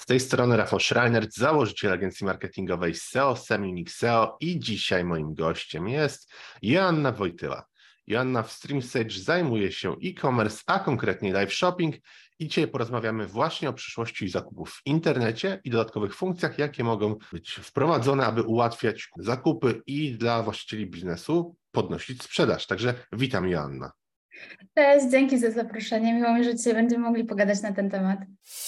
tej strony Rafał Schreiner, założyciel agencji marketingowej SEO, Semionik SEO i dzisiaj moim gościem jest Joanna Wojtyła. Joanna w StreamSage zajmuje się e-commerce, a konkretnie live shopping i dzisiaj porozmawiamy właśnie o przyszłości zakupów w internecie i dodatkowych funkcjach, jakie mogą być wprowadzone, aby ułatwiać zakupy i dla właścicieli biznesu podnosić sprzedaż. Także witam Joanna. Cześć, dzięki za zaproszenie. Miło mi, że dzisiaj będziemy mogli pogadać na ten temat.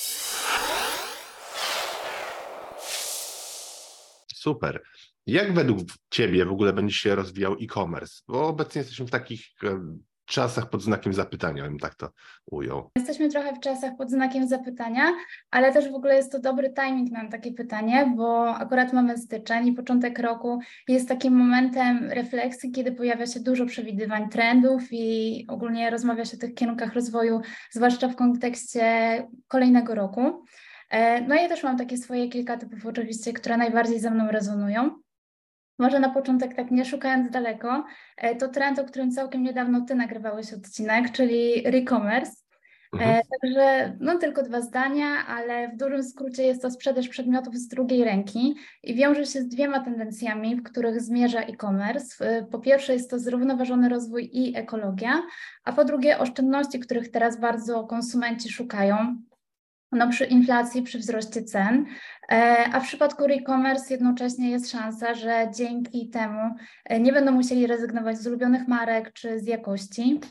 Super. Jak według Ciebie w ogóle będzie się rozwijał e-commerce? Bo obecnie jesteśmy w takich czasach pod znakiem zapytania, bym tak to ujął. Jesteśmy trochę w czasach pod znakiem zapytania, ale też w ogóle jest to dobry timing na takie pytanie, bo akurat mamy styczeń i początek roku jest takim momentem refleksji, kiedy pojawia się dużo przewidywań trendów i ogólnie rozmawia się o tych kierunkach rozwoju, zwłaszcza w kontekście kolejnego roku. No ja też mam takie swoje kilka typów oczywiście, które najbardziej ze mną rezonują. Może na początek, tak nie szukając daleko, to trend, o którym całkiem niedawno Ty nagrywałeś odcinek, czyli re-commerce. Także no tylko 2 zdania, ale w dużym skrócie jest to sprzedaż przedmiotów z drugiej ręki i wiąże się z 2 tendencjami, w których zmierza e-commerce. Po pierwsze jest to zrównoważony rozwój i ekologia, a po drugie oszczędności, których teraz bardzo konsumenci szukają. No, przy inflacji, przy wzroście cen, a w przypadku e-commerce jednocześnie jest szansa, że dzięki temu nie będą musieli rezygnować z ulubionych marek czy z jakości.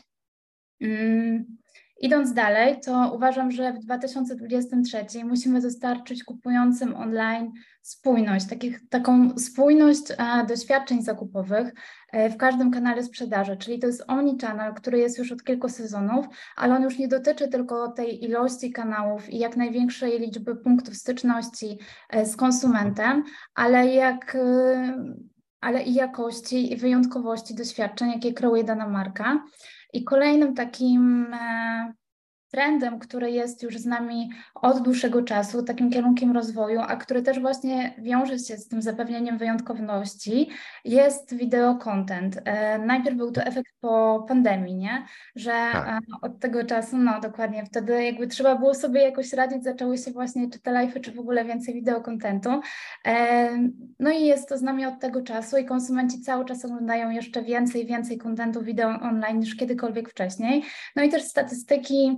Idąc dalej, to uważam, że w 2023 musimy dostarczyć kupującym online spójność, taką spójność doświadczeń zakupowych w każdym kanale sprzedaży, czyli to jest omnichannel, który jest już od kilku sezonów, ale on już nie dotyczy tylko tej ilości kanałów i jak największej liczby punktów styczności z konsumentem, ale i jakości i wyjątkowości doświadczeń, jakie kreuje dana marka. I kolejnym takim trendem, który jest już z nami od dłuższego czasu, takim kierunkiem rozwoju, a który też właśnie wiąże się z tym zapewnieniem wyjątkowności, jest video content. Najpierw był to efekt po pandemii, nie? Że od tego czasu, no dokładnie, wtedy jakby trzeba było sobie jakoś radzić, zaczęły się właśnie czy te live'y, czy w ogóle więcej video contentu. No i jest to z nami od tego czasu i konsumenci cały czas oglądają jeszcze więcej contentu wideo online niż kiedykolwiek wcześniej. No i też statystyki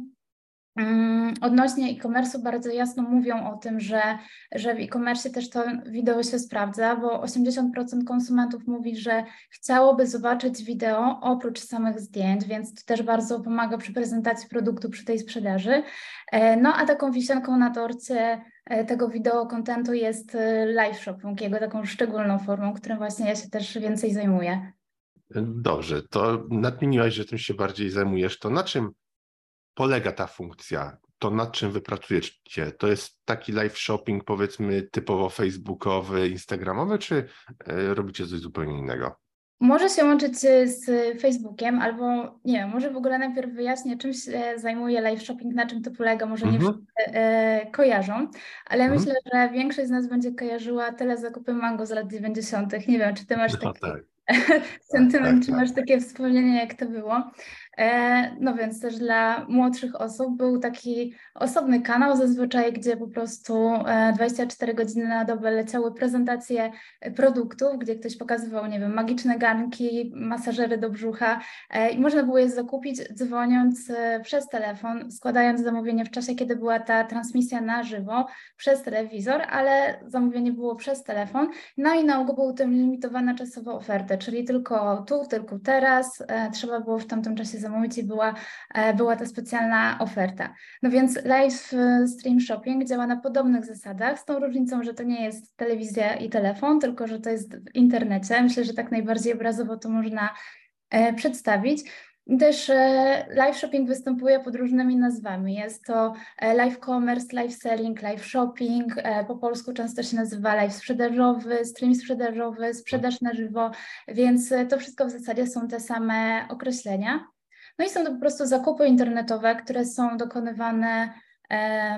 odnośnie e-commerce'u bardzo jasno mówią o tym, że w e-commerce też to wideo się sprawdza, bo 80% konsumentów mówi, że chciałoby zobaczyć wideo oprócz samych zdjęć, więc to też bardzo pomaga przy prezentacji produktu, przy tej sprzedaży. No a taką wisienką na torcie tego wideo contentu jest live shopping, jego taką szczególną formą, którym właśnie ja się też więcej zajmuję. Dobrze, to nadmieniłaś, że tym się bardziej zajmujesz. To na czym polega ta funkcja? To nad czym wy pracujecie? To jest taki live shopping, powiedzmy, typowo facebookowy, instagramowy, czy robicie coś zupełnie innego? Może się łączyć z Facebookiem, albo nie wiem, może w ogóle najpierw wyjaśnię, czym się zajmuje live shopping, na czym to polega, może nie wszyscy kojarzą, ale myślę, że większość z nas będzie kojarzyła telezakupy Mango z lat 90. Nie wiem, czy Ty masz taki sentyment, czy masz takie wspomnienie, jak to było. No więc też dla młodszych osób był taki osobny kanał zazwyczaj, gdzie po prostu 24 godziny na dobę leciały prezentacje produktów, gdzie ktoś pokazywał, nie wiem, magiczne garnki, masażery do brzucha i można było je zakupić dzwoniąc przez telefon, składając zamówienie w czasie, kiedy była ta transmisja na żywo przez telewizor, ale zamówienie było przez telefon. No i na ogół był to limitowana czasowo ofertę, czyli tylko tu, tylko teraz, trzeba było w tamtym czasie zamówić i była ta specjalna oferta. No więc live stream shopping działa na podobnych zasadach, z tą różnicą, że to nie jest telewizja i telefon, tylko że to jest w internecie. Myślę, że tak najbardziej obrazowo to można przedstawić. Też live shopping występuje pod różnymi nazwami. Jest to live commerce, live selling, live shopping. Po polsku często się nazywa live sprzedażowy, stream sprzedażowy, sprzedaż na żywo, więc to wszystko w zasadzie są te same określenia. No i są to po prostu zakupy internetowe, które są dokonywane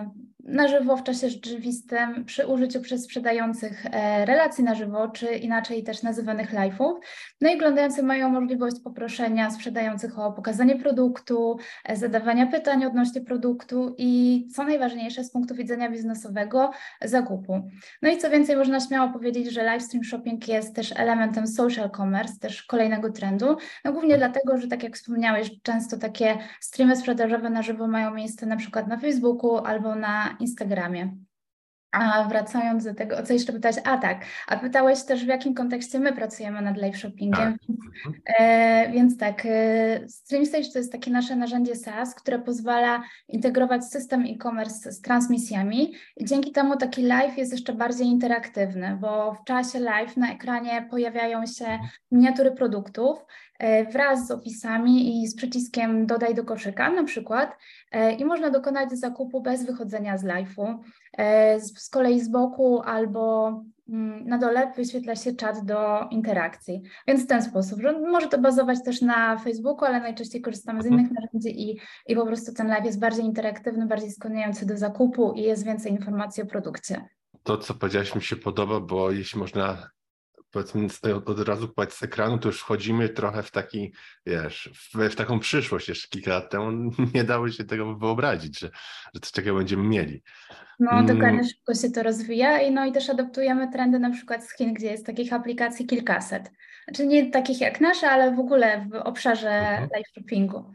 na żywo w czasie rzeczywistym przy użyciu przez sprzedających relacji na żywo, czy inaczej też nazywanych live'ów. No i oglądający mają możliwość poproszenia sprzedających o pokazanie produktu, zadawania pytań odnośnie produktu i co najważniejsze z punktu widzenia biznesowego zakupu. No i co więcej, można śmiało powiedzieć, że live stream shopping jest też elementem social commerce, też kolejnego trendu, no głównie dlatego, że tak jak wspomniałeś, często takie streamy sprzedażowe na żywo mają miejsce na przykład na Facebooku albo na Instagramie. A wracając do tego, o co jeszcze pytałeś? A tak, a pytałeś też, w jakim kontekście my pracujemy nad live shoppingiem. Tak. Więc tak, StreamStage to jest takie nasze narzędzie SaaS, które pozwala integrować system e-commerce z transmisjami i dzięki temu taki live jest jeszcze bardziej interaktywny, bo w czasie live na ekranie pojawiają się miniatury produktów wraz z opisami i z przyciskiem dodaj do koszyka na przykład i można dokonać zakupu bez wychodzenia z live'u. Z kolei z boku albo na dole wyświetla się czat do interakcji. Więc w ten sposób, że może to bazować też na Facebooku, ale najczęściej korzystamy z innych narzędzi i po prostu ten live jest bardziej interaktywny, bardziej skłaniający do zakupu i jest więcej informacji o produkcie. To, co powiedziałaś, mi się podoba, bo jeśli można, powiedzmy, od razu kłaść z ekranu, to już wchodzimy trochę w taki, wiesz, w taką przyszłość. Jeszcze kilka lat temu nie dało się tego wyobrazić, że coś takiego będziemy mieli. No dokładnie, szybko się to rozwija i też adoptujemy trendy na przykład z Chin, gdzie jest takich aplikacji kilkaset. Znaczy nie takich jak nasze, ale w ogóle w obszarze live shoppingu.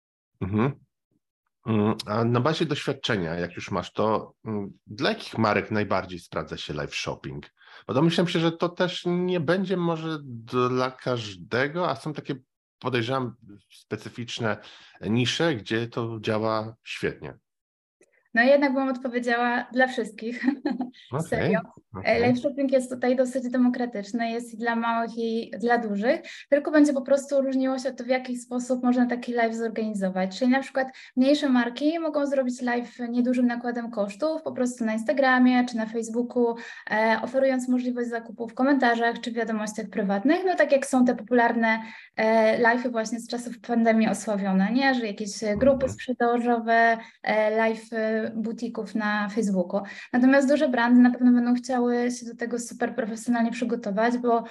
A na bazie doświadczenia, jak już masz to, dla jakich marek najbardziej sprawdza się live shopping? Bo domyślam się, że to też nie będzie może dla każdego, a są takie, podejrzewam, specyficzne nisze, gdzie to działa świetnie. No jednak bym odpowiedziała dla wszystkich. Serio. Live shopping jest tutaj dosyć demokratyczny, jest i dla małych, i dla dużych, tylko będzie po prostu różniło się to, w jaki sposób można taki live zorganizować. Czyli na przykład mniejsze marki mogą zrobić live niedużym nakładem kosztów, po prostu na Instagramie czy na Facebooku, oferując możliwość zakupu w komentarzach czy wiadomościach prywatnych, no tak jak są te popularne live'y właśnie z czasów pandemii osławione, nie? Że jakieś grupy sprzedażowe, live butików na Facebooku. Natomiast duże brandy na pewno będą chciały się do tego super profesjonalnie przygotować, bo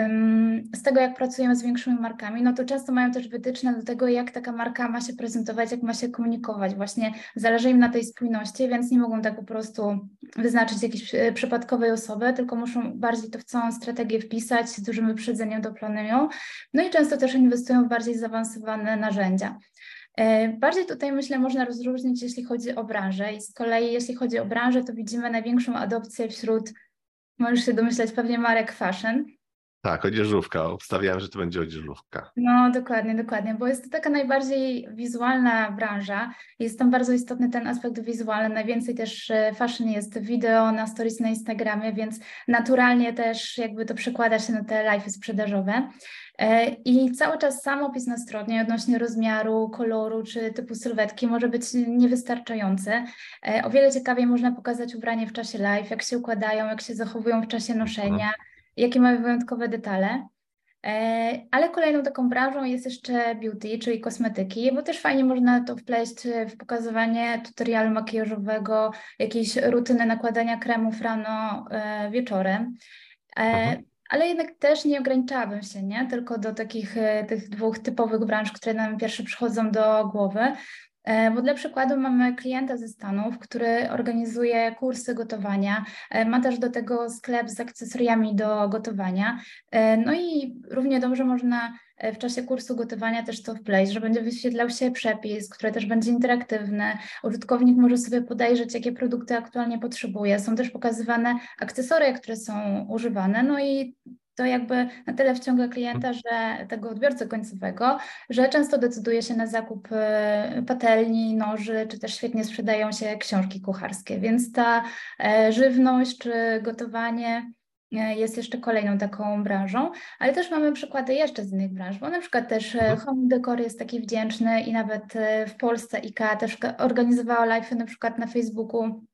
z tego, jak pracujemy z większymi markami, no to często mają też wytyczne do tego, jak taka marka ma się prezentować, jak ma się komunikować. Właśnie zależy im na tej spójności, więc nie mogą tak po prostu wyznaczyć jakiejś przypadkowej osoby, tylko muszą bardziej to w całą strategię wpisać, z dużym wyprzedzeniem to planują. No i często też inwestują w bardziej zaawansowane narzędzia. Bardziej tutaj myślę można rozróżnić, jeśli chodzi o branżę i z kolei jeśli chodzi o branżę, to widzimy największą adopcję wśród, możesz się domyśleć, pewnie marek fashion. Tak, odzieżówka. Obstawiałem, że to będzie odzieżówka. No dokładnie, bo jest to taka najbardziej wizualna branża. Jest tam bardzo istotny ten aspekt wizualny. Najwięcej też fashion jest wideo na stories na Instagramie, więc naturalnie też jakby to przekłada się na te live'y sprzedażowe. I cały czas sam opis na stronie odnośnie rozmiaru, koloru czy typu sylwetki może być niewystarczający. O wiele ciekawiej można pokazać ubranie w czasie live, jak się układają, jak się zachowują w czasie noszenia, jakie mają wyjątkowe detale. Ale kolejną taką branżą jest jeszcze beauty, czyli kosmetyki, bo też fajnie można to wpleść w pokazywanie tutorialu makijażowego, jakiejś rutyny nakładania kremów rano, wieczorem. Ale jednak też nie ograniczałabym się, nie? Tylko do takich tych dwóch typowych branż, które nam pierwsze przychodzą do głowy. Bo dla przykładu mamy klienta ze Stanów, który organizuje kursy gotowania, ma też do tego sklep z akcesoriami do gotowania. No i równie dobrze można w czasie kursu gotowania też to wpleść, że będzie wyświetlał się przepis, który też będzie interaktywny. Użytkownik może sobie podejrzeć, jakie produkty aktualnie potrzebuje. Są też pokazywane akcesoria, które są używane, no i to jakby na tyle wciąga klienta, że tego odbiorcę końcowego, że często decyduje się na zakup patelni, noży, czy też świetnie sprzedają się książki kucharskie. Więc ta żywność czy gotowanie jest jeszcze kolejną taką branżą, ale też mamy przykłady jeszcze z innych branż, bo na przykład też home decor jest taki wdzięczny i nawet w Polsce IKEA też organizowała live'y na przykład na Facebooku,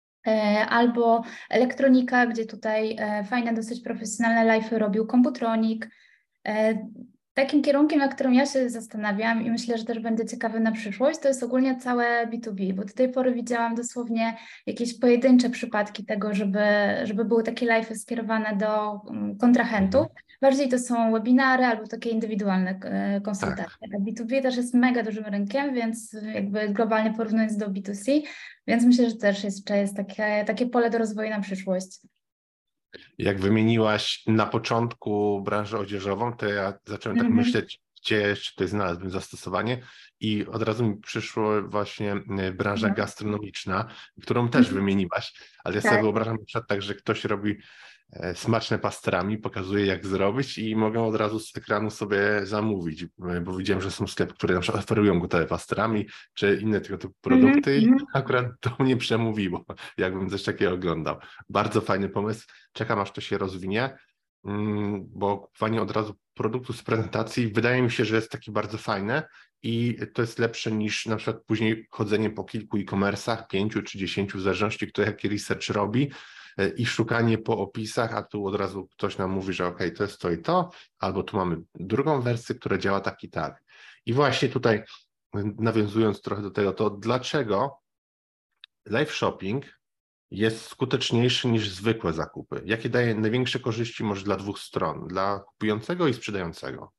albo elektronika, gdzie tutaj fajne, dosyć profesjonalne live'y robił Komputronik. Takim kierunkiem, na którym ja się zastanawiam i myślę, że też będzie ciekawy na przyszłość, to jest ogólnie całe B2B, bo do tej pory widziałam dosłownie jakieś pojedyncze przypadki tego, żeby były takie live'y skierowane do kontrahentów. Bardziej to są webinary albo takie indywidualne konsultacje. Tak. A B2B też jest mega dużym rynkiem, więc jakby globalnie porównując do B2C, więc myślę, że też jest takie pole do rozwoju na przyszłość. Jak wymieniłaś na początku branżę odzieżową, to ja zacząłem tak myśleć, gdzie jeszcze tutaj znalazłbym zastosowanie i od razu mi przyszło właśnie branża gastronomiczna, którą też wymieniłaś, ale ja sobie Tak. wyobrażam na przykład tak, że ktoś robi smaczne pastrami, pokazuje jak zrobić i mogę od razu z ekranu sobie zamówić, bo widziałem, że są sklepy, które na przykład oferują gotowe pastrami czy inne tego typu produkty i akurat to mnie przemówiło, jakbym coś takiego oglądał. Bardzo fajny pomysł, czekam aż to się rozwinie, bo kupowanie od razu produktu z prezentacji wydaje mi się, że jest takie bardzo fajne i to jest lepsze niż na przykład później chodzenie po kilku e-commerce'ach, 5 czy 10, w zależności kto jaki research robi, i szukanie po opisach, a tu od razu ktoś nam mówi, że okej, to jest to i to, albo tu mamy drugą wersję, która działa tak i tak. I właśnie tutaj nawiązując trochę do tego, to dlaczego live shopping jest skuteczniejszy niż zwykłe zakupy? Jakie daje największe korzyści może dla dwóch stron, dla kupującego i sprzedającego?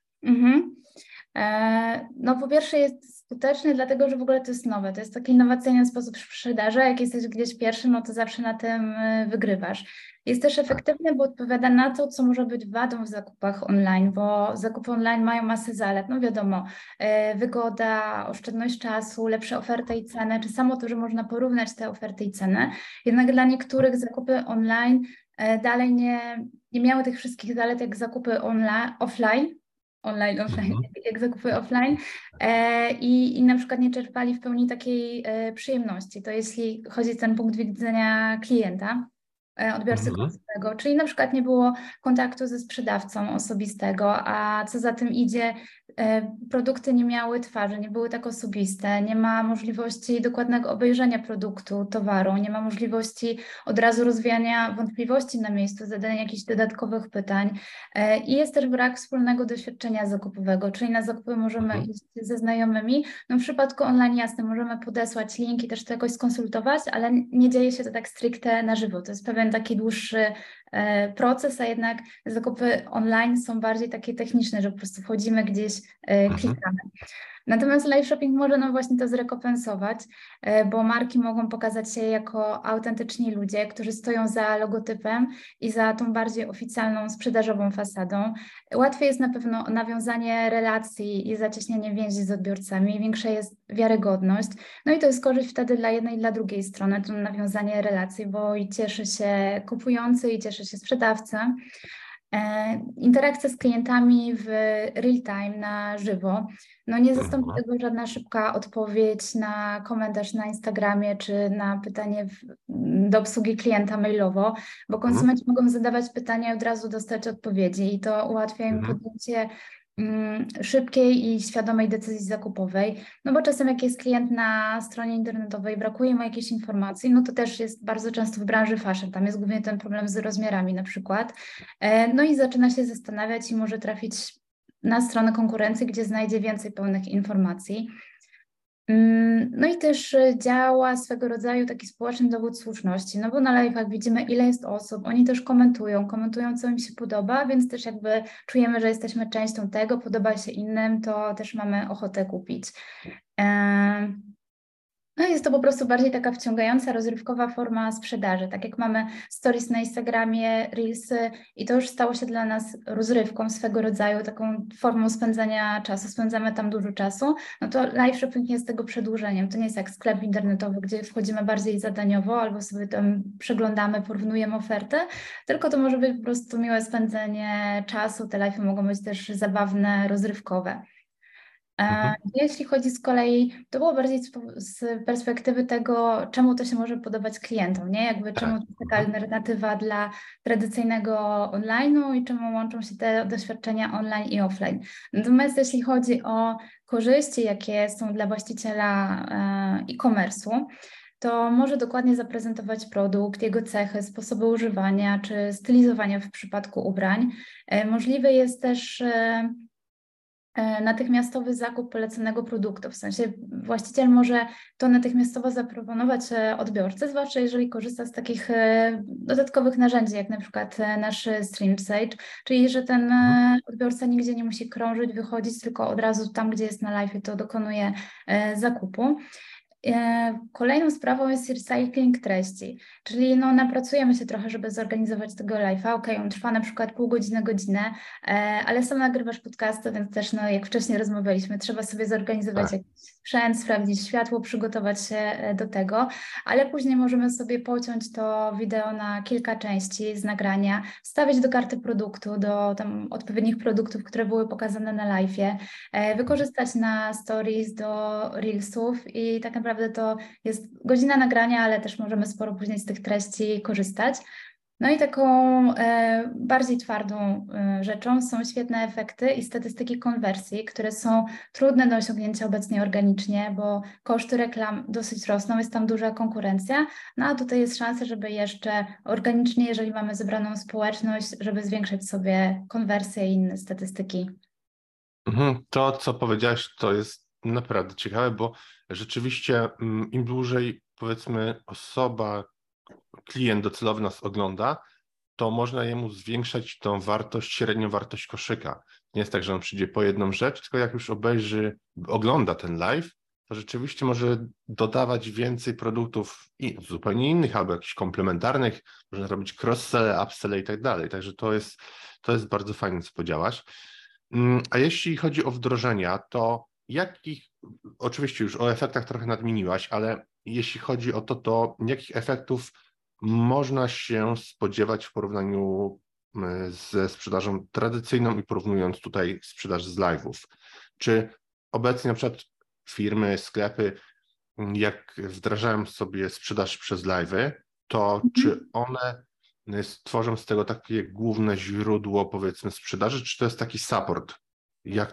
No po pierwsze jest skuteczny, dlatego że w ogóle to jest nowe, to jest taki innowacyjny sposób sprzedaży, jak jesteś gdzieś pierwszy, no to zawsze na tym wygrywasz. Jest też efektywny, bo odpowiada na to, co może być wadą w zakupach online, bo zakupy online mają masę zalet, no wiadomo, wygoda, oszczędność czasu, lepsze oferty i ceny, czy samo to, że można porównać te oferty i ceny, jednak dla niektórych zakupy online dalej nie miały tych wszystkich zalet jak zakupy offline, jak zakupy offline i na przykład nie czerpali w pełni takiej przyjemności. To jeśli chodzi o ten punkt widzenia klienta, odbiorcy końcowego, czyli na przykład nie było kontaktu ze sprzedawcą osobistego, a co za tym idzie, produkty nie miały twarzy, nie były tak osobiste, nie ma możliwości dokładnego obejrzenia produktu, towaru, nie ma możliwości od razu rozwiania wątpliwości na miejscu, zadania jakichś dodatkowych pytań i jest też brak wspólnego doświadczenia zakupowego, czyli na zakupy możemy iść ze znajomymi. No w przypadku online jasne, możemy podesłać link i też to jakoś skonsultować, ale nie dzieje się to tak stricte na żywo. To jest pewien taki dłuższy proces, a jednak zakupy online są bardziej takie techniczne, że po prostu wchodzimy gdzieś, klikamy. Natomiast live shopping może nam właśnie to zrekompensować, bo marki mogą pokazać się jako autentyczni ludzie, którzy stoją za logotypem i za tą bardziej oficjalną sprzedażową fasadą. Łatwiej jest na pewno nawiązanie relacji i zacieśnienie więzi z odbiorcami, większa jest wiarygodność. No i to jest korzyść wtedy dla jednej i dla drugiej strony, to nawiązanie relacji, bo i cieszy się kupujący i cieszy się sprzedawca. Interakcja z klientami w real time, na żywo. No nie zastąpi tego żadna szybka odpowiedź na komentarz na Instagramie czy na pytanie do obsługi klienta mailowo, bo konsumenci mogą zadawać pytania i od razu dostać odpowiedzi i to ułatwia im podjęcie szybkiej i świadomej decyzji zakupowej, no bo czasem jak jest klient na stronie internetowej, brakuje mu jakiejś informacji, no to też jest bardzo często w branży fashion, tam jest głównie ten problem z rozmiarami na przykład, no i zaczyna się zastanawiać i może trafić na stronę konkurencji, gdzie znajdzie więcej pełnych informacji. No i też działa swego rodzaju taki społeczny dowód słuszności, no bo na live'ach widzimy, ile jest osób, oni też komentują, co im się podoba, więc też jakby czujemy, że jesteśmy częścią tego, podoba się innym, to też mamy ochotę kupić. No jest to po prostu bardziej taka wciągająca, rozrywkowa forma sprzedaży. Tak jak mamy stories na Instagramie, reelsy i to już stało się dla nas rozrywką swego rodzaju, taką formą spędzania czasu, spędzamy tam dużo czasu, no to live shopping jest tego przedłużeniem. To nie jest jak sklep internetowy, gdzie wchodzimy bardziej zadaniowo albo sobie tam przeglądamy, porównujemy ofertę, tylko to może być po prostu miłe spędzenie czasu. Te live'y mogą być też zabawne, rozrywkowe. Jeśli chodzi z kolei, to było bardziej z perspektywy tego, czemu to się może podobać klientom, nie? Jakby czemu to jest taka alternatywa dla tradycyjnego online'u i czemu łączą się te doświadczenia online i offline. Natomiast jeśli chodzi o korzyści, jakie są dla właściciela e-commerce'u, to może dokładnie zaprezentować produkt, jego cechy, sposoby używania czy stylizowania w przypadku ubrań. Możliwe jest też natychmiastowy zakup poleconego produktu. W sensie właściciel może to natychmiastowo zaproponować odbiorcy, zwłaszcza jeżeli korzysta z takich dodatkowych narzędzi, jak na przykład nasz StreamSage, czyli że ten odbiorca nigdzie nie musi krążyć, wychodzić, tylko od razu tam, gdzie jest na live, to dokonuje zakupu. Kolejną sprawą jest recycling treści, czyli napracujemy się trochę, żeby zorganizować tego live'a. On trwa na przykład pół godziny, godzinę, ale sam nagrywasz podcasty, więc też jak wcześniej rozmawialiśmy, trzeba sobie zorganizować jakiś sprzęt, sprawdzić światło, przygotować się do tego, ale później możemy sobie pociąć to wideo na kilka części z nagrania, wstawić do karty produktu, do tam odpowiednich produktów, które były pokazane na live'ie, wykorzystać na stories, do reelsów i tak naprawdę to jest godzina nagrania, ale też możemy sporo później z tych treści korzystać. No i taką bardziej twardą rzeczą są świetne efekty i statystyki konwersji, które są trudne do osiągnięcia obecnie organicznie, bo koszty reklam dosyć rosną, jest tam duża konkurencja, no a tutaj jest szansa, żeby jeszcze organicznie, jeżeli mamy zebraną społeczność, żeby zwiększać sobie konwersję i inne statystyki. To, co powiedziałaś, to jest naprawdę ciekawe, bo rzeczywiście im dłużej, powiedzmy, klient docelowy nas ogląda, to można jemu zwiększać tą wartość, średnią wartość koszyka. Nie jest tak, że on przyjdzie po jedną rzecz, tylko jak już ogląda ten live, to rzeczywiście może dodawać więcej produktów zupełnie innych albo jakichś komplementarnych, można robić cross-sell, upsell i tak dalej. Także to jest bardzo fajne, co powiedziałaś. A jeśli chodzi o wdrożenia, to oczywiście już o efektach trochę nadmieniłaś, ale jeśli chodzi o to jakich efektów można się spodziewać w porównaniu ze sprzedażą tradycyjną i porównując tutaj sprzedaż z live'ów? Czy obecnie na przykład firmy, sklepy, jak wdrażają sobie sprzedaż przez live'y, to czy one stworzą z tego takie główne źródło, powiedzmy, sprzedaży, czy to jest taki support? Jak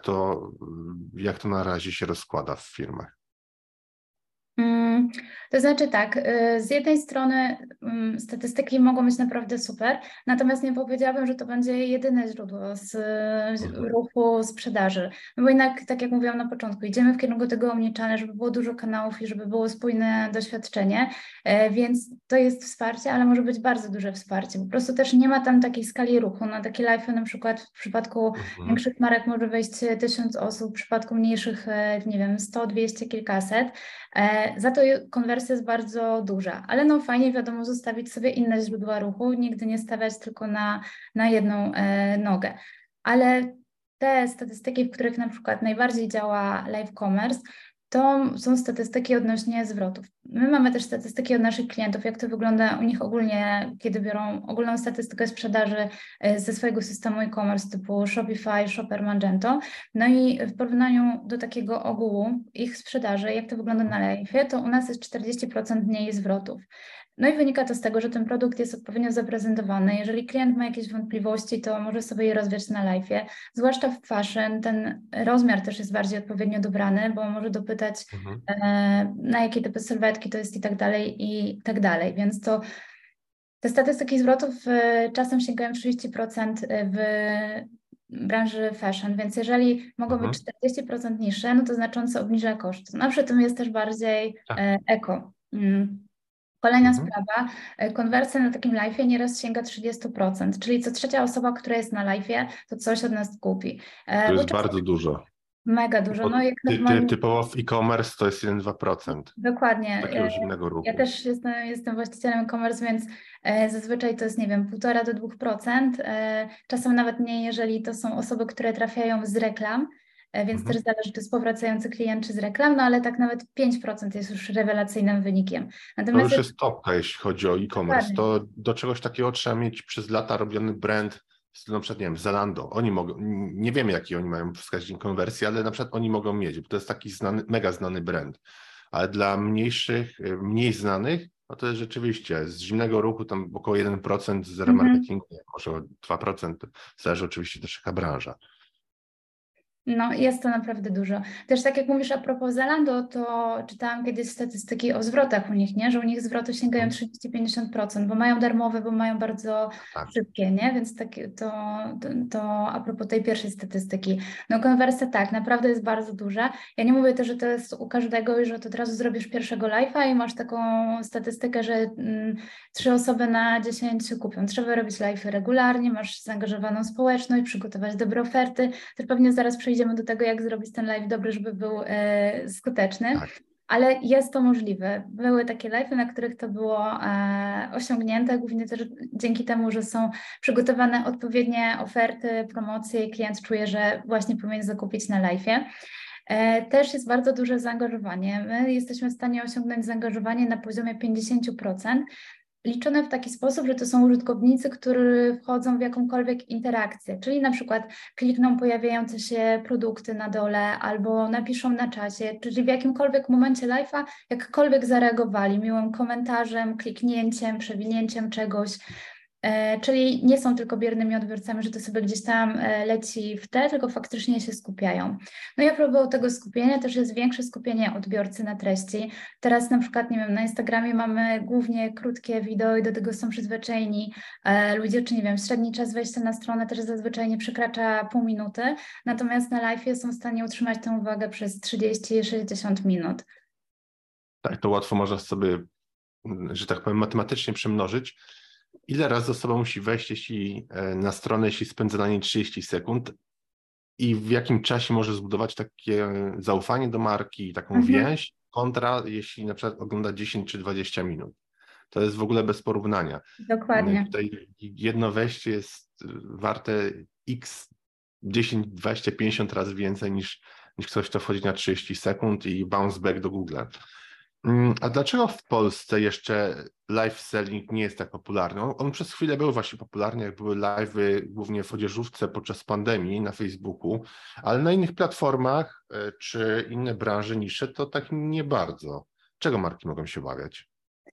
to na razie się rozkłada w firmach? To znaczy tak, z jednej strony statystyki mogą być naprawdę super, natomiast nie powiedziałabym, że to będzie jedyne źródło z ruchu sprzedaży. No bo jednak, tak jak mówiłam na początku, idziemy w kierunku tego omnichannel, żeby było dużo kanałów i żeby było spójne doświadczenie, więc to jest wsparcie, ale może być bardzo duże wsparcie. Po prostu też nie ma tam takiej skali ruchu. Na takie live'y na przykład w przypadku większych marek może wejść 1000 osób, w przypadku mniejszych, nie wiem, 100, 200, kilkaset. Za to konwersja jest bardzo duża, ale fajnie wiadomo zostawić sobie inne źródła ruchu, nigdy nie stawiać tylko na jedną nogę. Ale te statystyki, w których na przykład najbardziej działa live commerce, to są statystyki odnośnie zwrotów. My mamy też statystyki od naszych klientów, jak to wygląda u nich ogólnie, kiedy biorą ogólną statystykę sprzedaży ze swojego systemu e-commerce typu Shopify, Shopper, Magento. No i w porównaniu do takiego ogółu ich sprzedaży, jak to wygląda na live, to u nas jest 40% mniej zwrotów. No i wynika to z tego, że ten produkt jest odpowiednio zaprezentowany. Jeżeli klient ma jakieś wątpliwości, to może sobie je rozwiać na live'ie. Zwłaszcza w fashion ten rozmiar też jest bardziej odpowiednio dobrany, bo może dopytać na jakie typy sylwetki to jest i tak dalej. Więc te statystyki zwrotów czasem sięgają 30% w branży fashion, więc jeżeli mogą być 40% niższe, no to znacząco obniża koszt. No przy tym jest też bardziej eko. Kolejna sprawa, konwersja na takim live'ie nieraz sięga 30%, czyli co trzecia osoba, która jest na live'ie, to coś od nas kupi. To jest bardzo dużo. Mega dużo. No, jak typowo w e-commerce to jest 1-2%. Dokładnie. Takiego zimnego ruchu. Ja też jestem właścicielem e-commerce, więc zazwyczaj to jest, nie wiem, 1,5 do 2%. Czasem nawet mniej, jeżeli to są osoby, które trafiają z reklam, więc też zależy, czy jest powracający klient, czy z reklam, no ale tak nawet 5% jest już rewelacyjnym wynikiem. Natomiast to już jest topka, jeśli chodzi o e-commerce. To do czegoś takiego trzeba mieć przez lata robiony brand, na przykład, nie wiem, Zalando. Oni mogą, nie wiemy, jaki oni mają wskaźnik konwersji, ale na przykład oni mogą mieć, bo to jest taki mega znany brand. Ale dla mniej znanych, no to jest rzeczywiście z zimnego ruchu tam około 1% z remarketingu, może 2%, zależy oczywiście też jaka branża. No, jest to naprawdę dużo. Też tak jak mówisz a propos Zalando, to czytałam kiedyś statystyki o zwrotach u nich, nie? Że u nich zwroty sięgają 30-50%, bo mają darmowe, bo mają bardzo Tak. szybkie, nie? Więc to a propos tej pierwszej statystyki. No konwersja tak, naprawdę jest bardzo duża. Ja nie mówię też, że to jest u każdego i że to od razu zrobisz pierwszego live'a i masz taką statystykę, że 3 osoby na 10 kupią. Trzeba robić live'y regularnie, masz zaangażowaną społeczność, przygotować dobre oferty. Też pewnie zaraz przejdziemy do tego, jak zrobić ten live dobry, żeby był skuteczny. Tak. Ale jest to możliwe. Były takie live'y, na których to było osiągnięte, głównie też dzięki temu, że są przygotowane odpowiednie oferty, promocje i klient czuje, że właśnie powinien zakupić na live'ie. Też jest bardzo duże zaangażowanie. My jesteśmy w stanie osiągnąć zaangażowanie na poziomie 50%, liczone w taki sposób, że to są użytkownicy, którzy wchodzą w jakąkolwiek interakcję, czyli na przykład klikną pojawiające się produkty na dole albo napiszą na czacie, czyli w jakimkolwiek momencie live'a jakkolwiek zareagowali miłym komentarzem, kliknięciem, przewinięciem czegoś. Czyli nie są tylko biernymi odbiorcami, że to sobie gdzieś tam leci w tle, tylko faktycznie się skupiają. No i a propos tego skupienia, też jest większe skupienie odbiorcy na treści. Teraz na przykład, nie wiem, na Instagramie mamy głównie krótkie wideo i do tego są przyzwyczajeni ludzie, czy nie wiem, średni czas wejścia na stronę też zazwyczaj nie przekracza pół minuty, natomiast na live'ie są w stanie utrzymać tę uwagę przez 30-60 minut. Tak, to łatwo można sobie, że tak powiem, matematycznie przemnożyć. Ile razy osoba musi wejść na stronę, jeśli spędza na niej 30 sekund i w jakim czasie może zbudować takie zaufanie do marki, taką więź, kontra jeśli na przykład ogląda 10 czy 20 minut. To jest w ogóle bez porównania. Dokładnie. Tutaj jedno wejście jest warte x 10, 20, 50 razy więcej niż ktoś, kto wchodzi na 30 sekund i bounce back do Google. A dlaczego w Polsce jeszcze live selling nie jest tak popularny? On przez chwilę był właśnie popularny, jak były live'y głównie w odzieżówce podczas pandemii na Facebooku, ale na innych platformach czy inne branże, nisze to tak nie bardzo. Czego marki mogą się obawiać?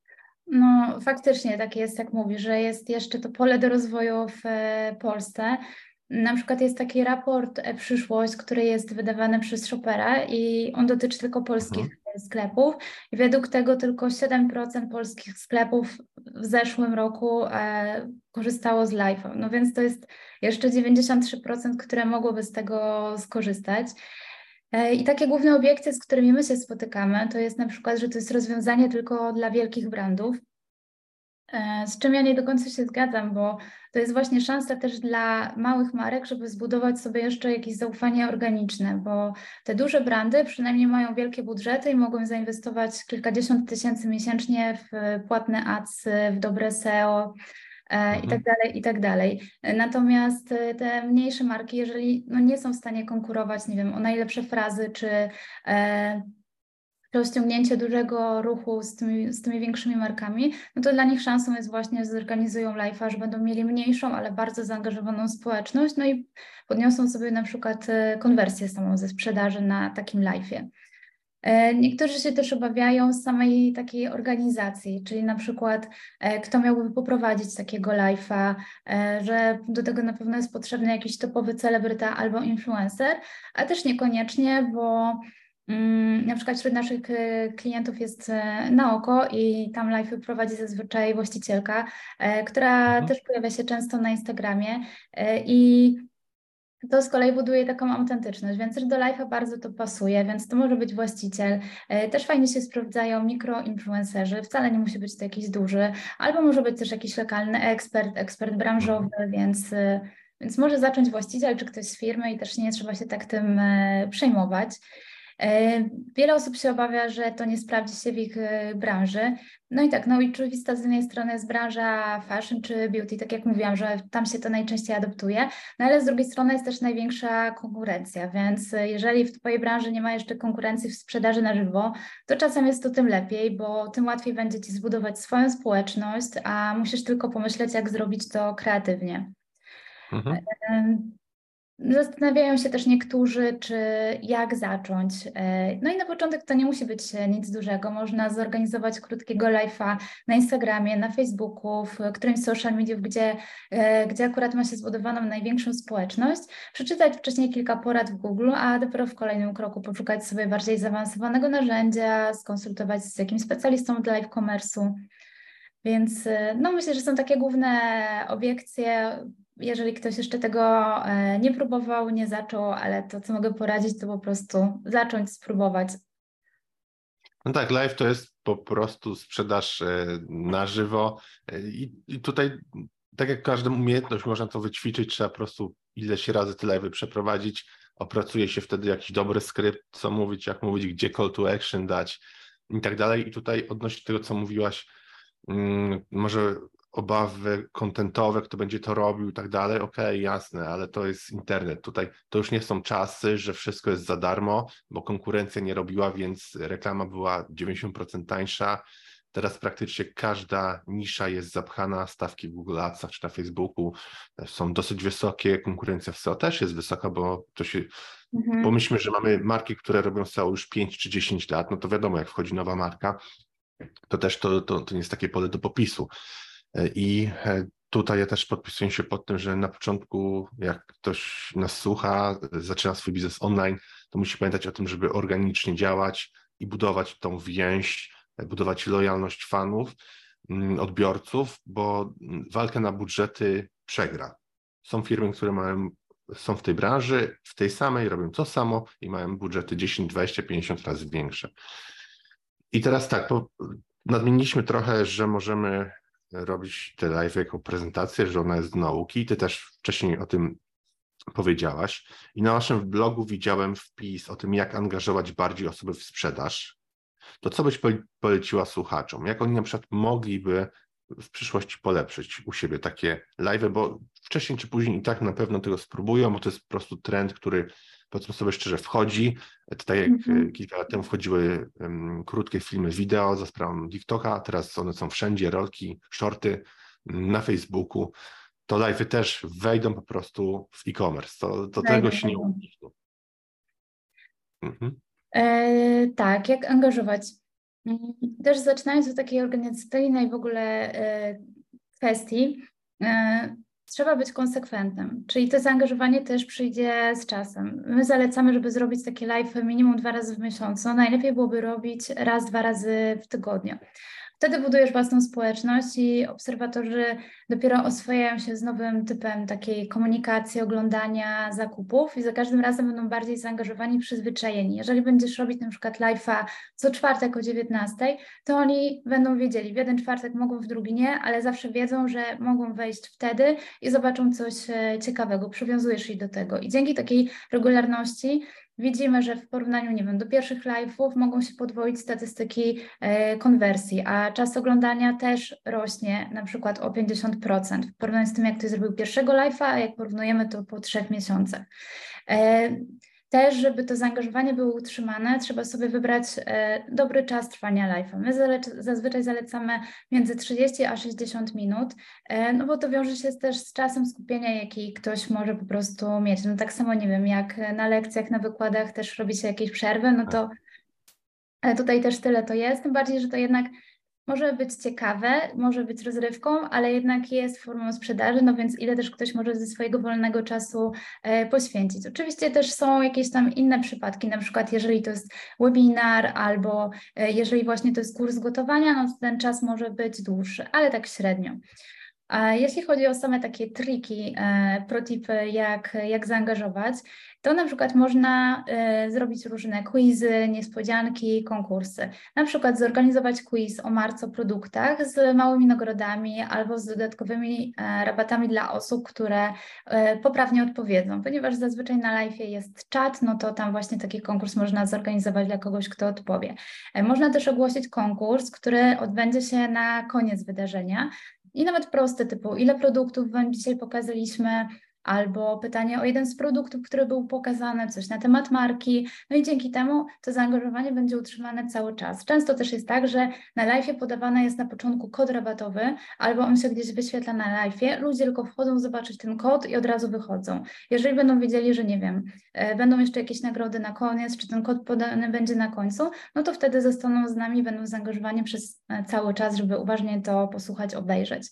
No faktycznie tak jest, jak mówi, że jest jeszcze to pole do rozwoju w Polsce. Na przykład jest taki raport Przyszłość, który jest wydawany przez Shopera i on dotyczy tylko polskich sklepów i według tego tylko 7% polskich sklepów w zeszłym roku korzystało z live'a. No więc to jest jeszcze 93%, które mogłyby z tego skorzystać. I takie główne obiekcje, z którymi my się spotykamy, to jest na przykład, że to jest rozwiązanie tylko dla wielkich brandów, z czym ja nie do końca się zgadzam, bo to jest właśnie szansa też dla małych marek, żeby zbudować sobie jeszcze jakieś zaufanie organiczne, bo te duże brandy przynajmniej mają wielkie budżety i mogą zainwestować kilkadziesiąt tysięcy miesięcznie w płatne ads, w dobre SEO, i tak dalej, i tak dalej. Natomiast te mniejsze marki, jeżeli nie są w stanie konkurować, nie wiem, o najlepsze frazy, czy rozciągnięcie dużego ruchu z tymi większymi markami, no to dla nich szansą jest właśnie, że zorganizują live'a, że będą mieli mniejszą, ale bardzo zaangażowaną społeczność, no i podniosą sobie na przykład konwersję samą ze sprzedaży na takim live'ie. Niektórzy się też obawiają samej takiej organizacji, czyli na przykład kto miałby poprowadzić takiego live'a, że do tego na pewno jest potrzebny jakiś topowy celebryta albo influencer, a też niekoniecznie, bo na przykład wśród naszych klientów jest Na Oko i tam live'y prowadzi zazwyczaj właścicielka, która też pojawia się często na Instagramie i to z kolei buduje taką autentyczność, więc też do live'a bardzo to pasuje, więc to może być właściciel. Też fajnie się sprawdzają mikroinfluencerzy, wcale nie musi być to jakiś duży, albo może być też jakiś lokalny ekspert branżowy, więc może zacząć właściciel czy ktoś z firmy i też nie trzeba się tak tym przejmować. Wiele osób się obawia, że to nie sprawdzi się w ich branży. No i tak, no i oczywista z jednej strony jest branża fashion czy beauty, tak jak mówiłam, że tam się to najczęściej adoptuje, no ale z drugiej strony jest też największa konkurencja, więc jeżeli w Twojej branży nie ma jeszcze konkurencji w sprzedaży na żywo, to czasem jest to tym lepiej, bo tym łatwiej będzie Ci zbudować swoją społeczność, a musisz tylko pomyśleć, jak zrobić to kreatywnie. Zastanawiają się też niektórzy, czy jak zacząć. No i na początek to nie musi być nic dużego. Można zorganizować krótkiego live'a na Instagramie, na Facebooku, w którymś social mediów, gdzie akurat ma się zbudowaną największą społeczność, przeczytać wcześniej kilka porad w Google, a dopiero w kolejnym kroku poszukać sobie bardziej zaawansowanego narzędzia, skonsultować z jakimś specjalistą od live commerce'u. Więc no myślę, że są takie główne obiekcje. Jeżeli ktoś jeszcze tego nie próbował, nie zaczął, ale to, co mogę poradzić, to po prostu zacząć, spróbować. No tak, live to jest po prostu sprzedaż na żywo i tutaj, tak jak każdą umiejętność, można to wyćwiczyć, trzeba po prostu ileś razy te live'y przeprowadzić, opracuje się wtedy jakiś dobry skrypt, co mówić, jak mówić, gdzie call to action dać i tak dalej. I tutaj odnośnie tego, co mówiłaś, może obawy kontentowe, kto będzie to robił i tak dalej, okej, jasne, ale to jest internet. Tutaj to już nie są czasy, że wszystko jest za darmo, bo konkurencja nie robiła, więc reklama była 90% tańsza. Teraz praktycznie każda nisza jest zapchana, stawki w Google Adsach czy na Facebooku są dosyć wysokie, konkurencja w SEO też jest wysoka, bo to się... Pomyślmy, że mamy marki, które robią SEO już 5 czy 10 lat, no to wiadomo, jak wchodzi nowa marka, to też to nie jest takie pole do popisu. I tutaj ja też podpisuję się pod tym, że na początku, jak ktoś nas słucha, zaczyna swój biznes online, to musi pamiętać o tym, żeby organicznie działać i budować tą więź, budować lojalność fanów, odbiorców, bo walkę na budżety przegra. Są firmy, które są w tej branży, w tej samej, robią to samo i mają budżety 10, 20, 50 razy większe. I teraz tak, nadmieniliśmy trochę, że możemy robić te live jako prezentację, że ona jest z nauki. Ty też wcześniej o tym powiedziałaś. I na naszym blogu widziałem wpis o tym, jak angażować bardziej osoby w sprzedaż. To co byś poleciła słuchaczom? Jak oni na przykład mogliby w przyszłości polepszyć u siebie takie live, bo wcześniej czy później i tak na pewno tego spróbują, bo to jest po prostu trend, który, powiedzmy sobie szczerze, wchodzi. Tak jak kilka lat temu wchodziły krótkie filmy wideo za sprawą TikToka, teraz one są wszędzie, rolki, shorty na Facebooku. To live'y też wejdą po prostu w e-commerce. To tego się nie uniknie. Tak, jak angażować? Też zaczynając od takiej organizacyjnej w ogóle kwestii, trzeba być konsekwentnym, czyli to zaangażowanie też przyjdzie z czasem. My zalecamy, żeby zrobić takie live minimum 2 razy w miesiącu. Najlepiej byłoby robić raz, 2 razy w tygodniu. Wtedy budujesz własną społeczność i obserwatorzy dopiero oswajają się z nowym typem takiej komunikacji, oglądania zakupów i za każdym razem będą bardziej zaangażowani, przyzwyczajeni. Jeżeli będziesz robić na przykład live'a co czwartek o 19, to oni będą wiedzieli, w jeden czwartek mogą, w drugi nie, ale zawsze wiedzą, że mogą wejść wtedy i zobaczą coś ciekawego, przywiązujesz ich do tego. I dzięki takiej regularności widzimy, że w porównaniu, nie wiem, do pierwszych live'ów mogą się podwoić statystyki konwersji, a czas oglądania też rośnie na przykład o 50% w porównaniu z tym, jak ktoś zrobił pierwszego live'a, a jak porównujemy to po 3 miesiącach. Też, żeby to zaangażowanie było utrzymane, trzeba sobie wybrać dobry czas trwania live'a. My zazwyczaj zalecamy między 30 a 60 minut, no bo to wiąże się też z czasem skupienia, jaki ktoś może po prostu mieć. No tak samo, nie wiem, jak na lekcjach, na wykładach też robi się jakieś przerwy, no to tutaj też tyle to jest, tym bardziej, że to jednak może być ciekawe, może być rozrywką, ale jednak jest formą sprzedaży, no więc ile też ktoś może ze swojego wolnego czasu poświęcić. Oczywiście też są jakieś tam inne przypadki, na przykład jeżeli to jest webinar albo jeżeli właśnie to jest kurs gotowania, no to ten czas może być dłuższy, ale tak średnio. A jeśli chodzi o same takie triki, protipy, jak zaangażować, to na przykład można zrobić różne quizy, niespodzianki, konkursy. Na przykład zorganizować quiz o marce, o produktach z małymi nagrodami albo z dodatkowymi rabatami dla osób, które poprawnie odpowiedzą. Ponieważ zazwyczaj na live'ie jest czat, no to tam właśnie taki konkurs można zorganizować dla kogoś, kto odpowie. Można też ogłosić konkurs, który odbędzie się na koniec wydarzenia. I nawet proste typu, ile produktów Wam dzisiaj pokazaliśmy, albo pytanie o jeden z produktów, który był pokazany, coś na temat marki. No i dzięki temu to zaangażowanie będzie utrzymane cały czas. Często też jest tak, że na live'ie podawany jest na początku kod rabatowy, albo on się gdzieś wyświetla na live'ie, ludzie tylko wchodzą zobaczyć ten kod i od razu wychodzą. Jeżeli będą wiedzieli, że nie wiem, będą jeszcze jakieś nagrody na koniec, czy ten kod podany będzie na końcu, no to wtedy zostaną z nami, będą zaangażowani przez cały czas, żeby uważnie to posłuchać, obejrzeć.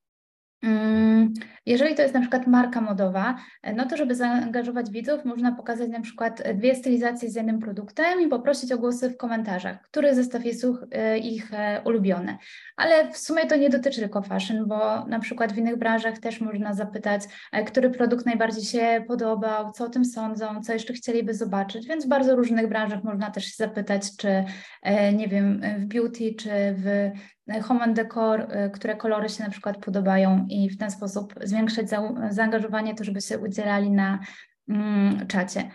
Jeżeli to jest na przykład marka modowa, no to żeby zaangażować widzów, można pokazać na przykład 2 stylizacje z jednym produktem i poprosić o głosy w komentarzach, który zestaw jest ich ulubiony. Ale w sumie to nie dotyczy tylko fashion, bo na przykład w innych branżach też można zapytać, który produkt najbardziej się podobał, co o tym sądzą, co jeszcze chcieliby zobaczyć, więc w bardzo różnych branżach można też się zapytać, czy nie wiem, w beauty, czy w home and decor, które kolory się na przykład podobają i w ten sposób zwiększać zaangażowanie, to żeby się udzielali na czacie.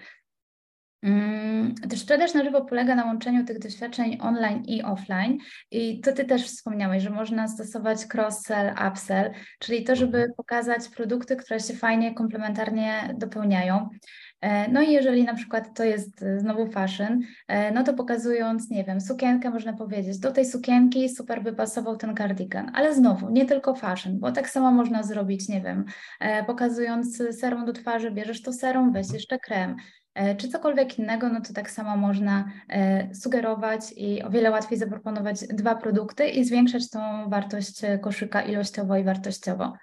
Też sprzedaż na żywo polega na łączeniu tych doświadczeń online i offline i to Ty też wspomniałeś, że można stosować cross-sell, upsell, czyli to, żeby pokazać produkty, które się fajnie, komplementarnie dopełniają. No i jeżeli na przykład to jest znowu fashion, no to pokazując, nie wiem, sukienkę można powiedzieć, do tej sukienki super by pasował ten cardigan, ale znowu nie tylko fashion, bo tak samo można zrobić, nie wiem, pokazując serum do twarzy, bierzesz to serum, weź jeszcze krem, czy cokolwiek innego, no to tak samo można sugerować i o wiele łatwiej zaproponować 2 produkty i zwiększać tą wartość koszyka ilościowo i wartościowo.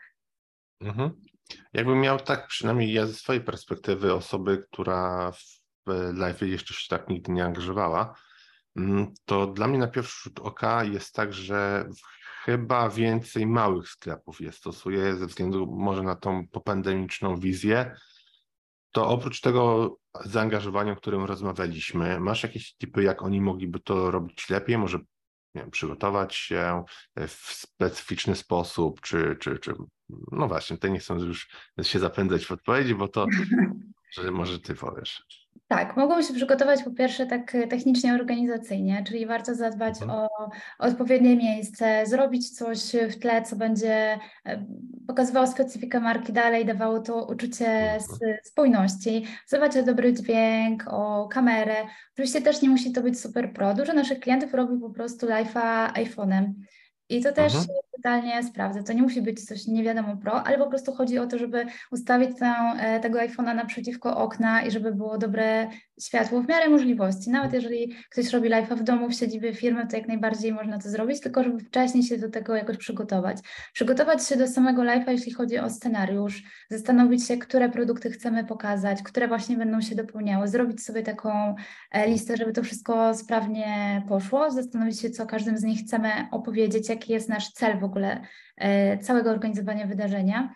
Jakbym miał tak, przynajmniej ja ze swojej perspektywy, osoby, która w live jeszcze się tak nigdy nie angażowała, to dla mnie na pierwszy rzut oka jest tak, że chyba więcej małych sklepów je stosuje ze względu może na tą popandemiczną wizję. To oprócz tego zaangażowania, o którym rozmawialiśmy, masz jakieś tipy, jak oni mogliby to robić lepiej? Może nie wiem, przygotować się w specyficzny sposób, czy no właśnie, tutaj nie chcę już się zapędzać w odpowiedzi, bo to że może ty powiesz. Tak, mogą się przygotować po pierwsze tak technicznie, organizacyjnie, czyli warto zadbać o odpowiednie miejsce, zrobić coś w tle, co będzie pokazywało specyfikę marki dalej, dawało to uczucie spójności, zadbać o dobry dźwięk, o kamerę. Oczywiście też nie musi to być super pro. Dużo naszych klientów robi po prostu live'a iPhone'em. I to też totalnie sprawdzę. To nie musi być coś nie wiadomo pro, ale po prostu chodzi o to, żeby ustawić tego iPhone'a naprzeciwko okna i żeby było dobre światło w miarę możliwości. Nawet jeżeli ktoś robi live'a w domu, w siedzibie firmy, to jak najbardziej można to zrobić, tylko żeby wcześniej się do tego jakoś przygotować. Przygotować się do samego live'a, jeśli chodzi o scenariusz, zastanowić się, które produkty chcemy pokazać, które właśnie będą się dopełniały, zrobić sobie taką listę, żeby to wszystko sprawnie poszło, zastanowić się, co o każdym z nich chcemy opowiedzieć, jaki jest nasz cel w ogóle całego organizowania wydarzenia.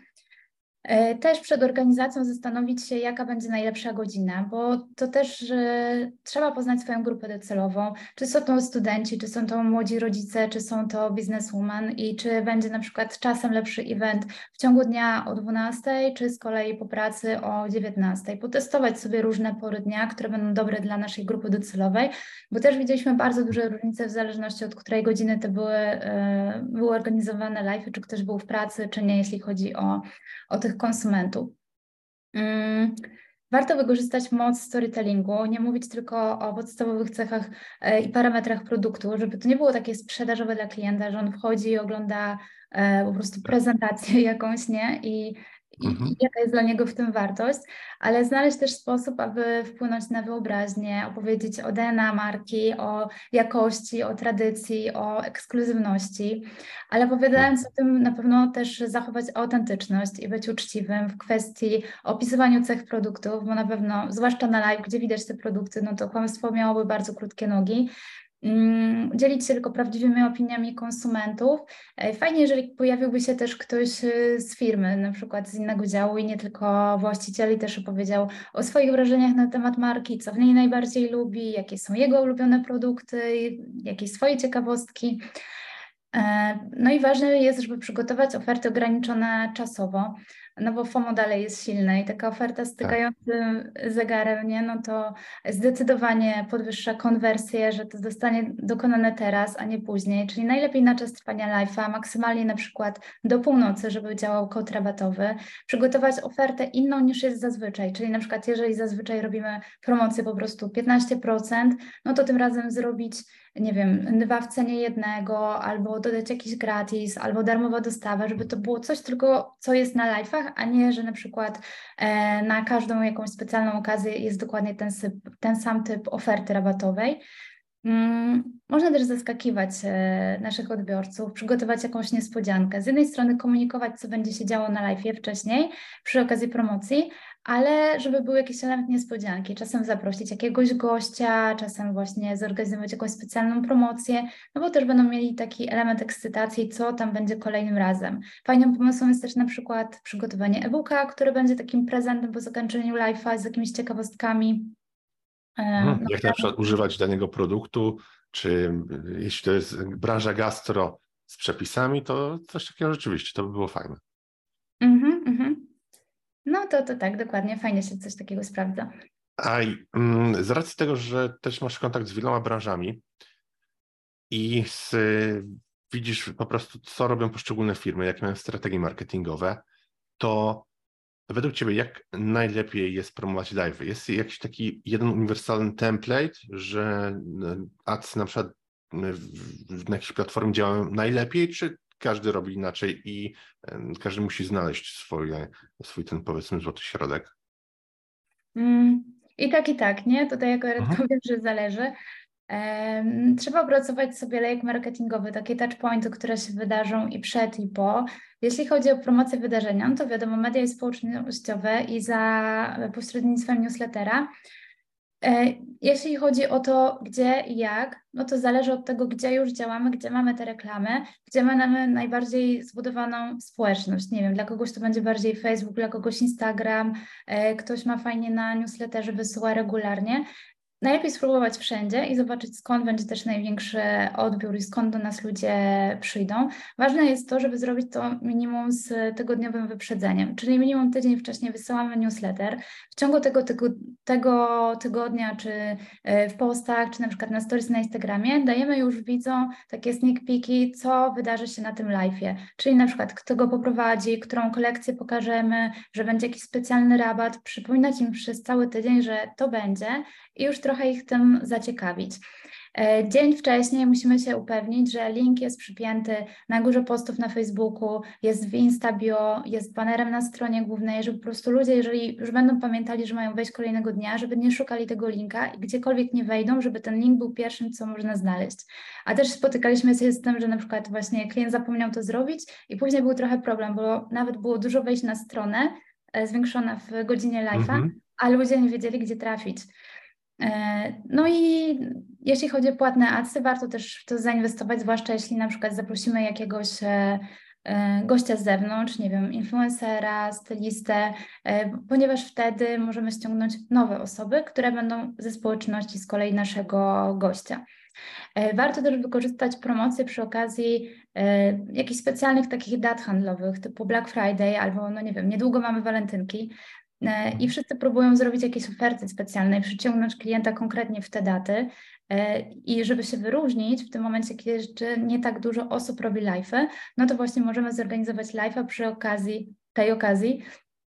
Też przed organizacją zastanowić się, jaka będzie najlepsza godzina, bo to też trzeba poznać swoją grupę docelową, czy są to studenci, czy są to młodzi rodzice, czy są to bizneswoman i czy będzie na przykład czasem lepszy event w ciągu dnia o 12, czy z kolei po pracy o 19. Potestować sobie różne pory dnia, które będą dobre dla naszej grupy docelowej, bo też widzieliśmy bardzo duże różnice w zależności od której godziny to były organizowane live'y, czy ktoś był w pracy, czy nie, jeśli chodzi o tych konsumentów. Warto wykorzystać moc storytellingu, nie mówić tylko o podstawowych cechach i parametrach produktu, żeby to nie było takie sprzedażowe dla klienta, że on wchodzi i ogląda po prostu prezentację jakąś, nie? I jaka jest dla niego w tym wartość, ale znaleźć też sposób, aby wpłynąć na wyobraźnię, opowiedzieć o DNA marki, o jakości, o tradycji, o ekskluzywności, ale opowiadając o tym na pewno też zachować autentyczność i być uczciwym w kwestii opisywaniu cech produktów, bo na pewno, zwłaszcza na live, gdzie widać te produkty, no to kłamstwo miałoby bardzo krótkie nogi. Dzielić się tylko prawdziwymi opiniami konsumentów. Fajnie, jeżeli pojawiłby się też ktoś z firmy, na przykład z innego działu i nie tylko właściciel i też opowiedział o swoich wrażeniach na temat marki, co w niej najbardziej lubi, jakie są jego ulubione produkty, jakieś swoje ciekawostki. No i ważne jest, żeby przygotować oferty ograniczone czasowo, no bo FOMO dalej jest silne i taka oferta z Tak. tykającym zegarem, nie, no to zdecydowanie podwyższa konwersję, że to zostanie dokonane teraz, a nie później, czyli najlepiej na czas trwania live'a, maksymalnie na przykład do północy, żeby działał kod rabatowy, przygotować ofertę inną niż jest zazwyczaj, czyli na przykład jeżeli zazwyczaj robimy promocję po prostu 15%, no to tym razem zrobić, nie wiem, 2 w cenie jednego, albo dodać jakiś gratis, albo darmowa dostawa, żeby to było coś tylko, co jest na live'ach, a nie, że na przykład na każdą jakąś specjalną okazję jest dokładnie ten sam typ oferty rabatowej. Można też zaskakiwać naszych odbiorców, przygotować jakąś niespodziankę. Z jednej strony komunikować, co będzie się działo na live'ie wcześniej, przy okazji promocji, ale żeby był jakiś element niespodzianki. Czasem zaprosić jakiegoś gościa, czasem właśnie zorganizować jakąś specjalną promocję, no bo też będą mieli taki element ekscytacji, co tam będzie kolejnym razem. Fajnym pomysłem jest też na przykład przygotowanie e-booka, który będzie takim prezentem po zakończeniu live'a z jakimiś ciekawostkami. No, Jak na przykład używać danego produktu, czy jeśli to jest branża gastro z przepisami, to coś takiego rzeczywiście, to by było fajne. No to tak, dokładnie, fajnie się coś takiego sprawdza. A z racji tego, że też masz kontakt z wieloma branżami i widzisz po prostu, co robią poszczególne firmy, jakie mają strategie marketingowe, to według Ciebie jak najlepiej jest promować live? Jest jakiś taki jeden uniwersalny template, że ads na przykład na jakiejś platformie działają najlepiej, czy każdy robi inaczej i każdy musi znaleźć swój ten, powiedzmy, złoty środek? I tak, nie? Tutaj akurat powiem, że zależy. Trzeba opracować sobie lejek marketingowy, takie touchpointy, które się wydarzą i przed, i po. Jeśli chodzi o promocję wydarzenia, no to wiadomo, media społecznościowe i za pośrednictwem newslettera. Jeśli chodzi o to, gdzie i jak, no to zależy od tego, gdzie już działamy, gdzie mamy te reklamy, gdzie mamy najbardziej zbudowaną społeczność. Nie wiem, dla kogoś to będzie bardziej Facebook, dla kogoś Instagram, ktoś ma fajnie na newsletterze, wysyła regularnie. Najlepiej spróbować wszędzie i zobaczyć, skąd będzie też największy odbiór i skąd do nas ludzie przyjdą. Ważne jest to, żeby zrobić to minimum z tygodniowym wyprzedzeniem, czyli minimum tydzień wcześniej wysyłamy newsletter. W ciągu tego tygodnia, czy w postach, czy na przykład na stories na Instagramie, dajemy już widzom takie sneak peeki, co wydarzy się na tym live'ie, czyli na przykład kto go poprowadzi, którą kolekcję pokażemy, że będzie jakiś specjalny rabat, przypominać im przez cały tydzień, że to będzie i już trochę ich tym zaciekawić. Dzień wcześniej musimy się upewnić, że link jest przypięty na górze postów na Facebooku, jest w Instabio, jest banerem na stronie głównej, żeby po prostu ludzie, jeżeli już będą pamiętali, że mają wejść kolejnego dnia, żeby nie szukali tego linka i gdziekolwiek nie wejdą, żeby ten link był pierwszym, co można znaleźć. A też spotykaliśmy się z tym, że na przykład właśnie klient zapomniał to zrobić i później był trochę problem, bo nawet było dużo wejść na stronę zwiększona w godzinie live'a, a ludzie nie wiedzieli, gdzie trafić. No i jeśli chodzi o płatne adsy, warto też w to zainwestować, zwłaszcza jeśli na przykład zaprosimy jakiegoś gościa z zewnątrz, nie wiem, influencera, stylistę, ponieważ wtedy możemy ściągnąć nowe osoby, które będą ze społeczności z kolei naszego gościa. Warto też wykorzystać promocje przy okazji jakichś specjalnych takich dat handlowych typu Black Friday albo, no nie wiem, niedługo mamy walentynki, i wszyscy próbują zrobić jakieś oferty specjalne i przyciągnąć klienta konkretnie w te daty. I żeby się wyróżnić w tym momencie, kiedy jeszcze nie tak dużo osób robi live'y, no to właśnie możemy zorganizować live'a przy tej okazji.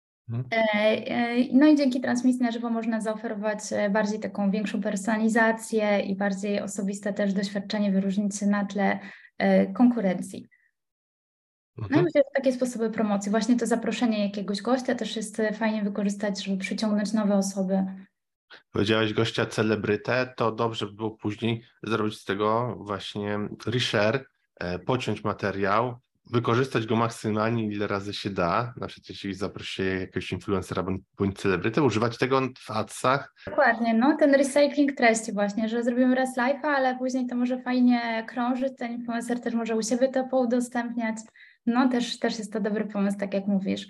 No i dzięki transmisji na żywo można zaoferować bardziej taką większą personalizację i bardziej osobiste też doświadczenie, wyróżnić się na tle konkurencji. No i myślę, że takie sposoby promocji, właśnie to zaproszenie jakiegoś gościa też jest fajnie wykorzystać, żeby przyciągnąć nowe osoby. Powiedziałeś gościa celebrytę, to dobrze by było później zrobić z tego właśnie reshare, pociąć materiał, wykorzystać go maksymalnie, ile razy się da. Na przykład jeśli zaprosi jakiegoś influencera bądź celebrytę, używać tego w adsach. Dokładnie, no ten recycling treści właśnie, że zrobimy raz live'a, ale później to może fajnie krążyć, ten influencer też może u siebie to poudostępniać. No też jest to dobry pomysł, tak jak mówisz.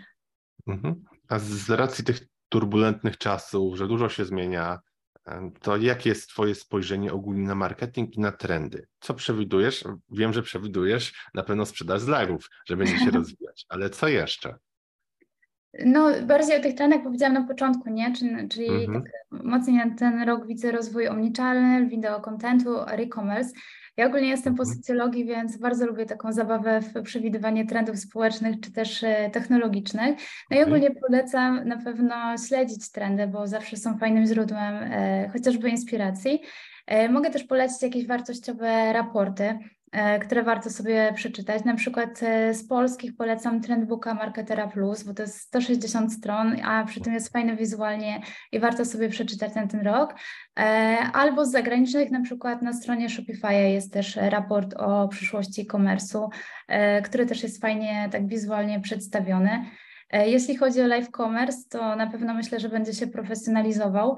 A z racji tych turbulentnych czasów, że dużo się zmienia, to jakie jest Twoje spojrzenie ogólnie na marketing i na trendy? Co przewidujesz? Wiem, że przewidujesz na pewno sprzedaż z live'ów, że będzie się rozwijać, ale co jeszcze? No, bardziej o tych trendach powiedziałam na początku, nie? Czyli tak Mhm. mocniej na ten rok widzę rozwój omnichannel, wideo contentu, e-commerce. Ja ogólnie jestem po Mhm. socjologii, więc bardzo lubię taką zabawę w przewidywanie trendów społecznych czy też technologicznych. No i Okej. ogólnie polecam na pewno śledzić trendy, bo zawsze są fajnym źródłem chociażby inspiracji. Mogę też polecić jakieś wartościowe raporty, które warto sobie przeczytać. Na przykład z polskich polecam Trendbooka Marketera Plus, bo to jest 160 stron, a przy tym jest fajny wizualnie i warto sobie przeczytać na ten rok. Albo z zagranicznych, na przykład na stronie Shopify'a jest też raport o przyszłości e-commerce'u, który też jest fajnie tak wizualnie przedstawiony. Jeśli chodzi o live commerce, to na pewno myślę, że będzie się profesjonalizował.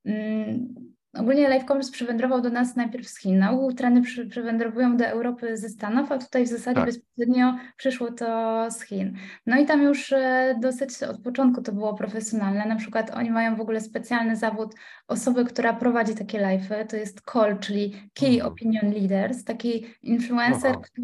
Ogólnie live commerce przywędrował do nas najpierw z Chin. Na ogół trendy przywędrowują do Europy ze Stanów, a tutaj w zasadzie Tak. bezpośrednio przyszło to z Chin. No i tam już dosyć od początku to było profesjonalne. Na przykład oni mają w ogóle specjalny zawód osoby, która prowadzi takie live'y. To jest call, czyli Key Mhm. Opinion Leaders, taki O, influencer, wow.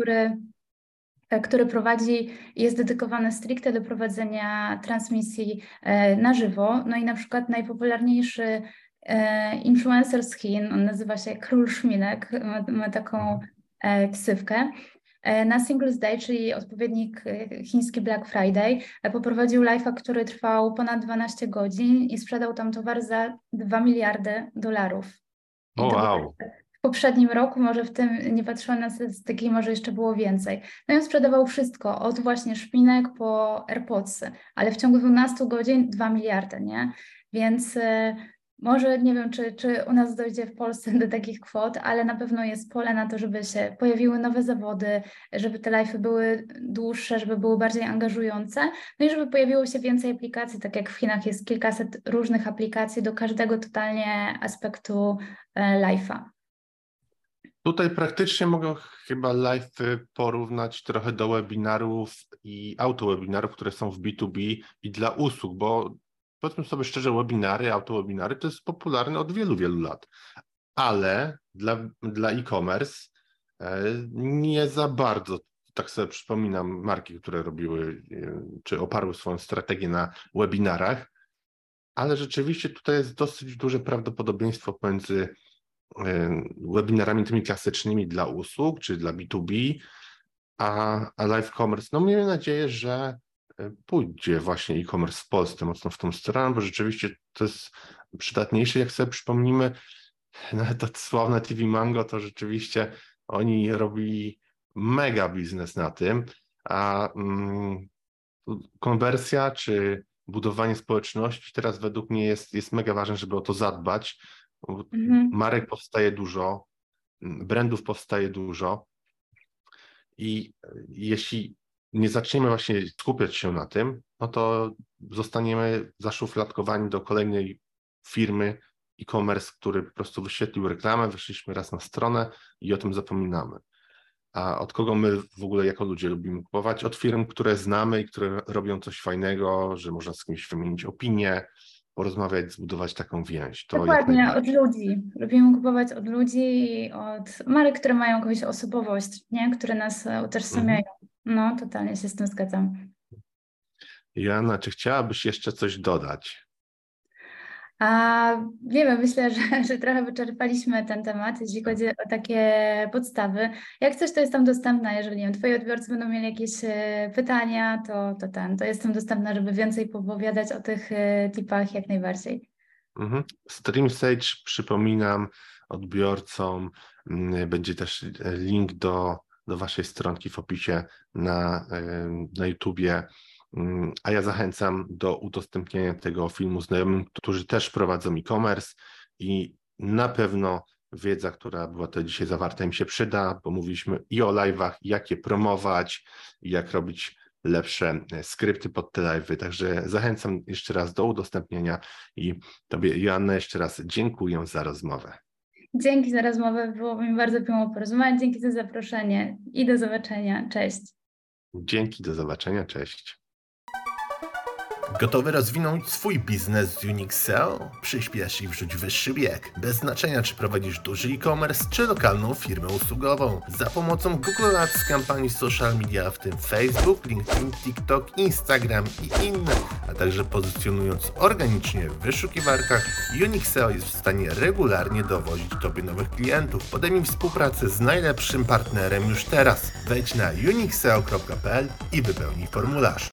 który prowadzi i jest dedykowany stricte do prowadzenia transmisji na żywo. No i na przykład najpopularniejszy influencer z Chin, on nazywa się Król Szminek, ma taką Mhm. ksywkę. Na Singles Day, czyli odpowiednik chiński Black Friday, poprowadził live'a, który trwał ponad 12 godzin i sprzedał tam towar za 2 miliardy dolarów. O, I to było wow. w poprzednim roku, może w tym nie patrzyłam na statystyki, może jeszcze było więcej. No i on sprzedawał wszystko, od właśnie szpinek po AirPodsy, ale w ciągu 12 godzin 2 miliardy, nie? Więc może nie wiem, czy u nas dojdzie w Polsce do takich kwot, ale na pewno jest pole na to, żeby się pojawiły nowe zawody, żeby te live'y były dłuższe, żeby były bardziej angażujące, no i żeby pojawiło się więcej aplikacji, tak jak w Chinach jest kilkaset różnych aplikacji do każdego totalnie aspektu live'a. Tutaj praktycznie mogę chyba live porównać trochę do webinarów i autowebinarów, które są w B2B i dla usług, bo powiedzmy sobie szczerze, webinary, autowebinary to jest popularne od wielu, wielu lat, ale dla e-commerce nie za bardzo. Tak sobie przypominam marki, które robiły czy oparły swoją strategię na webinarach, ale rzeczywiście tutaj jest dosyć duże prawdopodobieństwo pomiędzy webinarami tymi klasycznymi dla usług, czy dla B2B, a live commerce. No miejmy nadzieję, że pójdzie właśnie e-commerce w Polsce mocno w tą stronę, bo rzeczywiście to jest przydatniejsze. Jak sobie przypomnimy, nawet to sławne TV Mango, to rzeczywiście oni robili mega biznes na tym, a konwersja czy budowanie społeczności teraz według mnie jest mega ważne, żeby o to zadbać. Mhm. Marek powstaje dużo, brandów powstaje dużo i jeśli nie zaczniemy właśnie skupiać się na tym, no to zostaniemy zaszufladkowani do kolejnej firmy e-commerce, który po prostu wyświetlił reklamę, wyszliśmy raz na stronę i o tym zapominamy. A od kogo my w ogóle jako ludzie lubimy kupować? Od firm, które znamy i które robią coś fajnego, że można z kimś wymienić opinię, porozmawiać, zbudować taką więź. To jak Dokładnie, od najbardziej. ludzi. Lubimy kupować od ludzi i od marek, które mają jakąś osobowość, nie? Które nas utożsamiają. Mhm. No, totalnie się z tym zgadzam. Joanna, czy chciałabyś jeszcze coś dodać? A nie wiem, myślę, że trochę wyczerpaliśmy ten temat, jeśli chodzi o takie podstawy. Jak coś, to jestem dostępna, jeżeli nie wiem, twoi odbiorcy będą mieli jakieś pytania, to jestem dostępna, żeby więcej popowiadać o tych tipach jak najbardziej. Mhm. StreamSage, przypominam odbiorcom, będzie też link do waszej stronki w opisie na YouTubie, a ja zachęcam do udostępnienia tego filmu znajomym, którzy też prowadzą e-commerce i na pewno wiedza, która była tutaj dzisiaj zawarta, im się przyda, bo mówiliśmy i o live'ach, jak je promować, i jak robić lepsze skrypty pod te live'y, także zachęcam jeszcze raz do udostępnienia i Tobie, Joanna, jeszcze raz dziękuję za rozmowę. Dzięki za rozmowę, było mi bardzo miło porozmawiać. Dzięki za zaproszenie i do zobaczenia. Cześć. Dzięki, do zobaczenia, cześć. Gotowy rozwinąć swój biznes z Unique SEO? Przyspiesz i wrzuć wyższy bieg. Bez znaczenia, czy prowadzisz duży e-commerce, czy lokalną firmę usługową. Za pomocą Google Ads, kampanii social media, w tym Facebook, LinkedIn, TikTok, Instagram i inne, a także pozycjonując organicznie w wyszukiwarkach, Unique SEO jest w stanie regularnie dowozić Tobie nowych klientów. Podejmij współpracę z najlepszym partnerem już teraz. Wejdź na uniqueseo.pl i wypełnij formularz.